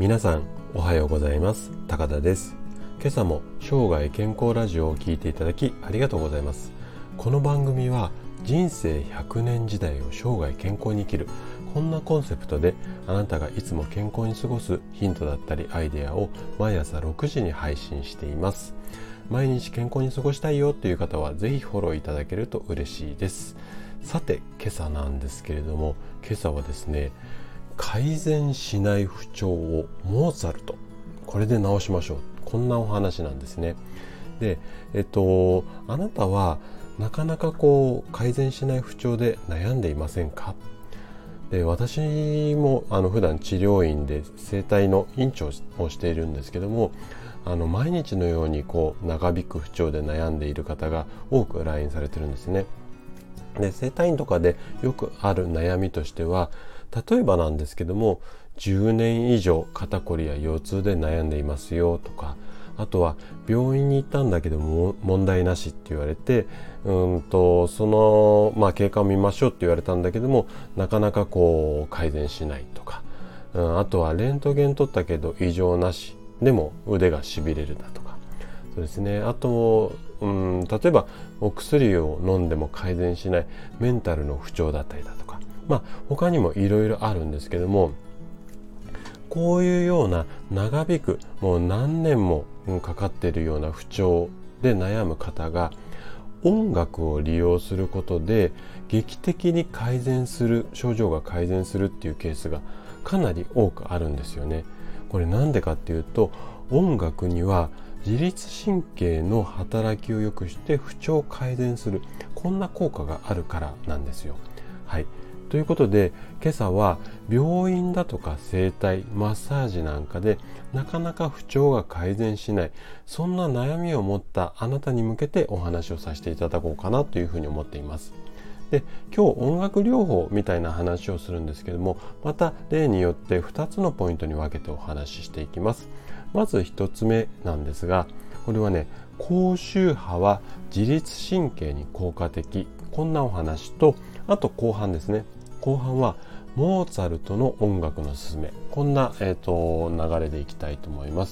皆さんおはようございます。高田です。今朝も生涯健康ラジオを聞いていただきありがとうございます。この番組は人生100年時代を生涯健康に生きる、こんなコンセプトであなたがいつも健康に過ごすヒントだったりアイデアを毎朝6時に配信しています。毎日健康に過ごしたいよという方はぜひフォローいただけると嬉しいです。さて今朝なんですけれども、今朝はですね、改善しない不調をモーツァルト、これで治しましょう、こんなお話なんですね。で、あなたはなかなか改善しない不調で悩んでいませんか？で、私も普段治療院で整体の院長をしているんですけども、毎日のように長引く不調で悩んでいる方が多く来院されてるんですね。で、整体院とかでよくある悩みとしては、例えばなんですけども、10年以上肩こりや腰痛で悩んでいますよとか、あとは病院に行ったんだけども問題なしって言われて、その、経過を見ましょうって言われたんだけども、なかなか改善しないとか、あとはレントゲン取ったけど異常なしでも腕がしびれるだとか、そうですね。あと、例えばお薬を飲んでも改善しないメンタルの不調だったりだとか、他にもいろいろあるんですけども、こういうような長引く、もう何年もかかっているような不調で悩む方が音楽を利用することで劇的に改善する、症状が改善するっていうケースがかなり多くあるんですよね。これなんでかっていうと、音楽には自律神経の働きを良くして不調を改善する、こんな効果があるからなんですよ。はい。ということで、今朝は病院だとか整体、マッサージなんかでなかなか不調が改善しない、そんな悩みを持ったあなたに向けてお話をさせていただこうかなというふうに思っています。で、今日音楽療法みたいな話をするんですけども、また例によって2つのポイントに分けてお話ししていきます。まず1つ目なんですが、これはね、高周波は自律神経に効果的、こんなお話と、あと後半ですね。後半はモーツァルトの音楽のすすめ、こんな、流れでいきたいと思います。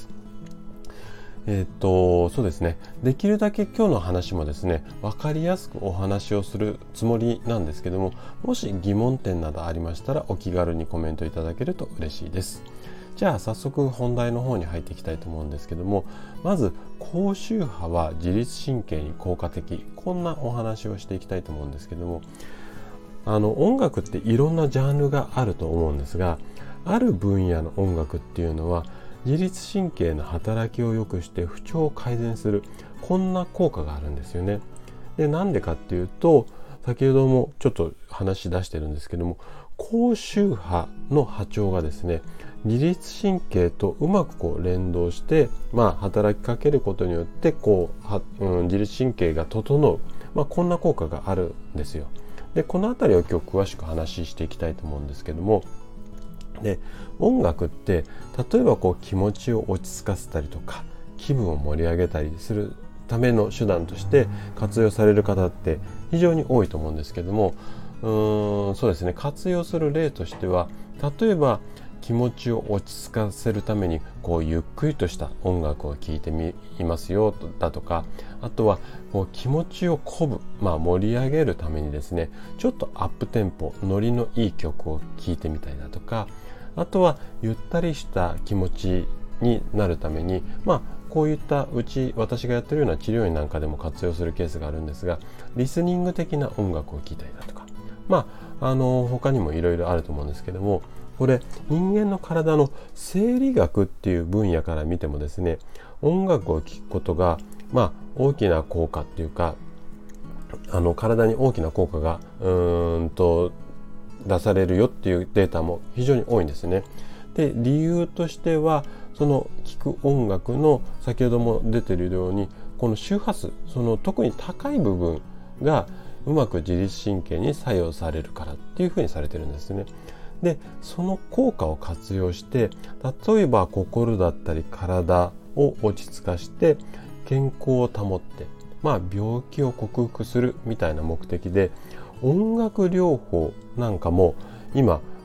そうですね。できるだけ今日の話もですね、分かりやすくお話をするつもりなんですけども、もし疑問点などありましたらお気軽にコメントいただけると嬉しいです。じゃあ早速本題の方に入っていきたいと思うんですけども、まず高周波は自律神経に効果的、こんなお話をしていきたいと思うんですけども、音楽っていろんなジャンルがあると思うんですが、ある分野の音楽っていうのは自律神経の働きを良くして不調を改善する、こんな効果があるんですよね。で、なんでかっていうと、先ほどもちょっと話し出してるんですけども、高周波の波長がですね、自律神経とうまく連動して、働きかけることによって自律神経が整う、こんな効果があるんですよ。で、このあたりを今日詳しく話していきたいと思うんですけども、で、音楽って例えば気持ちを落ち着かせたりとか気分を盛り上げたりするための手段として活用される方って非常に多いと思うんですけども、そうですね、活用する例としては、例えば気持ちを落ち着かせるためにゆっくりとした音楽を聴いてみますよだとか、あとは気持ちを鼓舞、盛り上げるためにですね、ちょっとアップテンポ、ノリのいい曲を聴いてみたりだとか、あとはゆったりした気持ちになるために、こういった私がやってるような治療院なんかでも活用するケースがあるんですが、リスニング的な音楽を聴いたりだとか、他にもいろいろあると思うんですけども、これ人間の体の生理学っていう分野から見てもですね、音楽を聴くことが大きな効果っていうか、体に大きな効果が出されるよっていうデータも非常に多いんですね。で、理由としては、その聴く音楽の先ほども出ているように、この周波数、その特に高い部分がうまく自律神経に作用されるからっていうふうにされてるんですね。で、その効果を活用して、例えば心だったり体を落ち着かして健康を保って、病気を克服するみたいな目的で、音楽療法なんかも今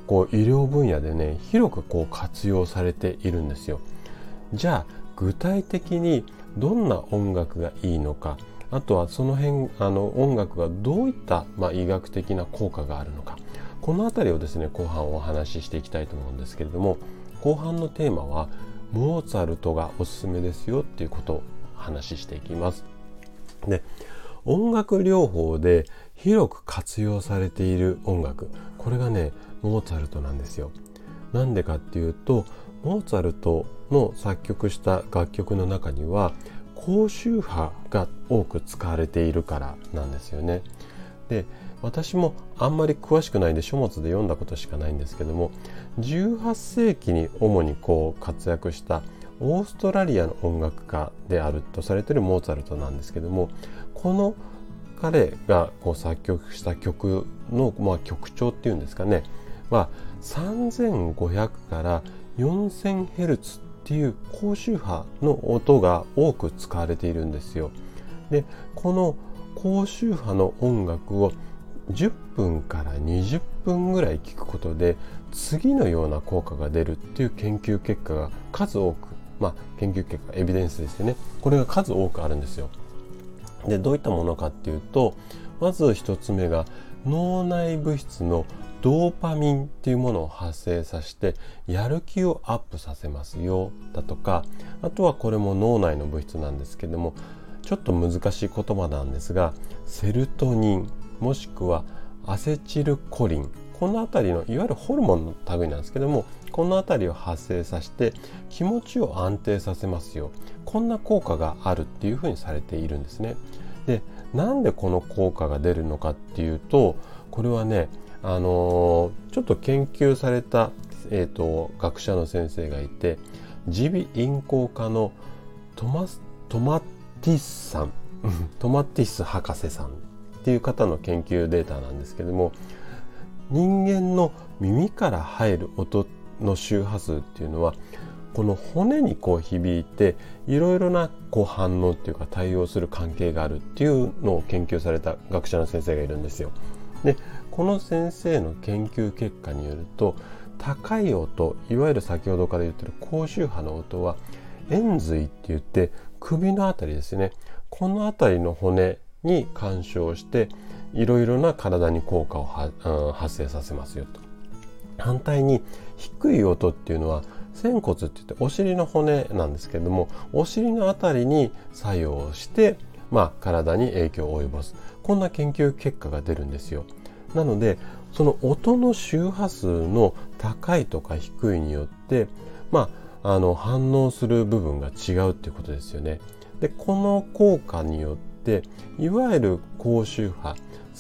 こう医療分野でね広くこう活用されているんですよ。じゃあ具体的にどんな音楽がいいのか、あとはその辺音楽がどういった、医学的な効果があるのか、このあたりをですね後半お話ししていきたいと思うんですけれども、後半のテーマはモーツァルトがおすすめですよっていうことを話していきます。で、音楽療法で広く活用されている音楽、これがねモーツァルトなんですよ。なんでかっていうと、モーツァルトの作曲した楽曲の中には高周波が多く使われているからなんですよね。で、私もあんまり詳しくないんで書物で読んだことしかないんですけども、18世紀に主にこう活躍したオーストラリアの音楽家であるとされているモーツァルトなんですけども、この彼がこう作曲した曲の、曲調っていうんですかね、3500から4000ヘルツっていう高周波の音が多く使われているんですよ。で、この高周波の音楽を10分から20分ぐらい聞くことで次のような効果が出るっていう研究結果が数多く、研究結果エビデンスですよね、これが数多くあるんですよ。で、どういったものかっていうと、まず一つ目が脳内物質のドーパミンっていうものを発生させてやる気をアップさせますよだとか、あとはこれも脳内の物質なんですけども、ちょっと難しい言葉なんですが、セルトニンもしくはアセチルコリン、このあたりのいわゆるホルモンの類なんですけども、このあたりを発生させて気持ちを安定させますよ、こんな効果があるっていうふうにされているんですね。で、なんでこの効果が出るのかっていうと、これはねちょっと研究された、学者の先生がいて、耳鼻咽喉科のトマティスさんトマティス博士さんっていう方の研究データなんですけども、人間の耳から入る音の周波数っていうのはこの骨にこう響いていろいろなこう反応っていうか対応する関係があるっていうのを研究された学者の先生がいるんですよ。で、この先生の研究結果によると、高い音、いわゆる先ほどから言ってる高周波の音は延髄って言って首のあたりですね、このあたりの骨に干渉していろいろな体に効果を発生させますよと。反対に低い音っていうのは仙骨って言ってお尻の骨なんですけれども、お尻のあたりに作用して体に影響を及ぼす、こんな研究結果が出るんですよ。なのでその音の周波数の高いとか低いによって反応する部分が違うっていうことですよね。で、この効果によっていわゆる高周波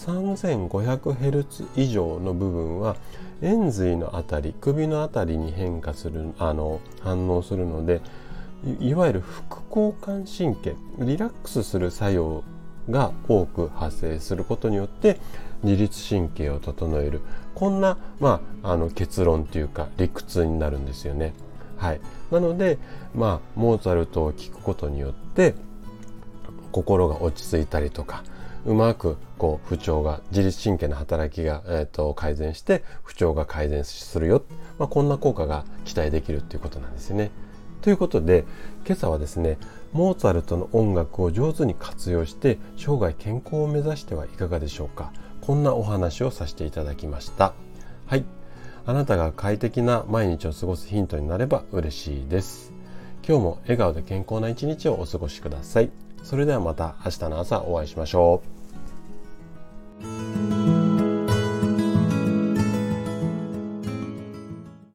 3500Hz 以上の部分は延髄のあたり、首のあたりに変化する反応するので、いわゆる副交感神経、リラックスする作用が多く発生することによって自律神経を整える、こんな、結論というか理屈になるんですよね。はい、なので、モーツァルトを聴くことによって心が落ち着いたりとか、うまくこう不調が、自律神経の働きが、改善して不調が改善するよ、こんな効果が期待できるということなんですよね。ということで、今朝はですね、モーツァルトの音楽を上手に活用して生涯健康を目指してはいかがでしょうか。こんなお話をさせていただきました。はい、あなたが快適な毎日を過ごすヒントになれば嬉しいです。今日も笑顔で健康な一日をお過ごしください。それではまた明日の朝お会いしましょう。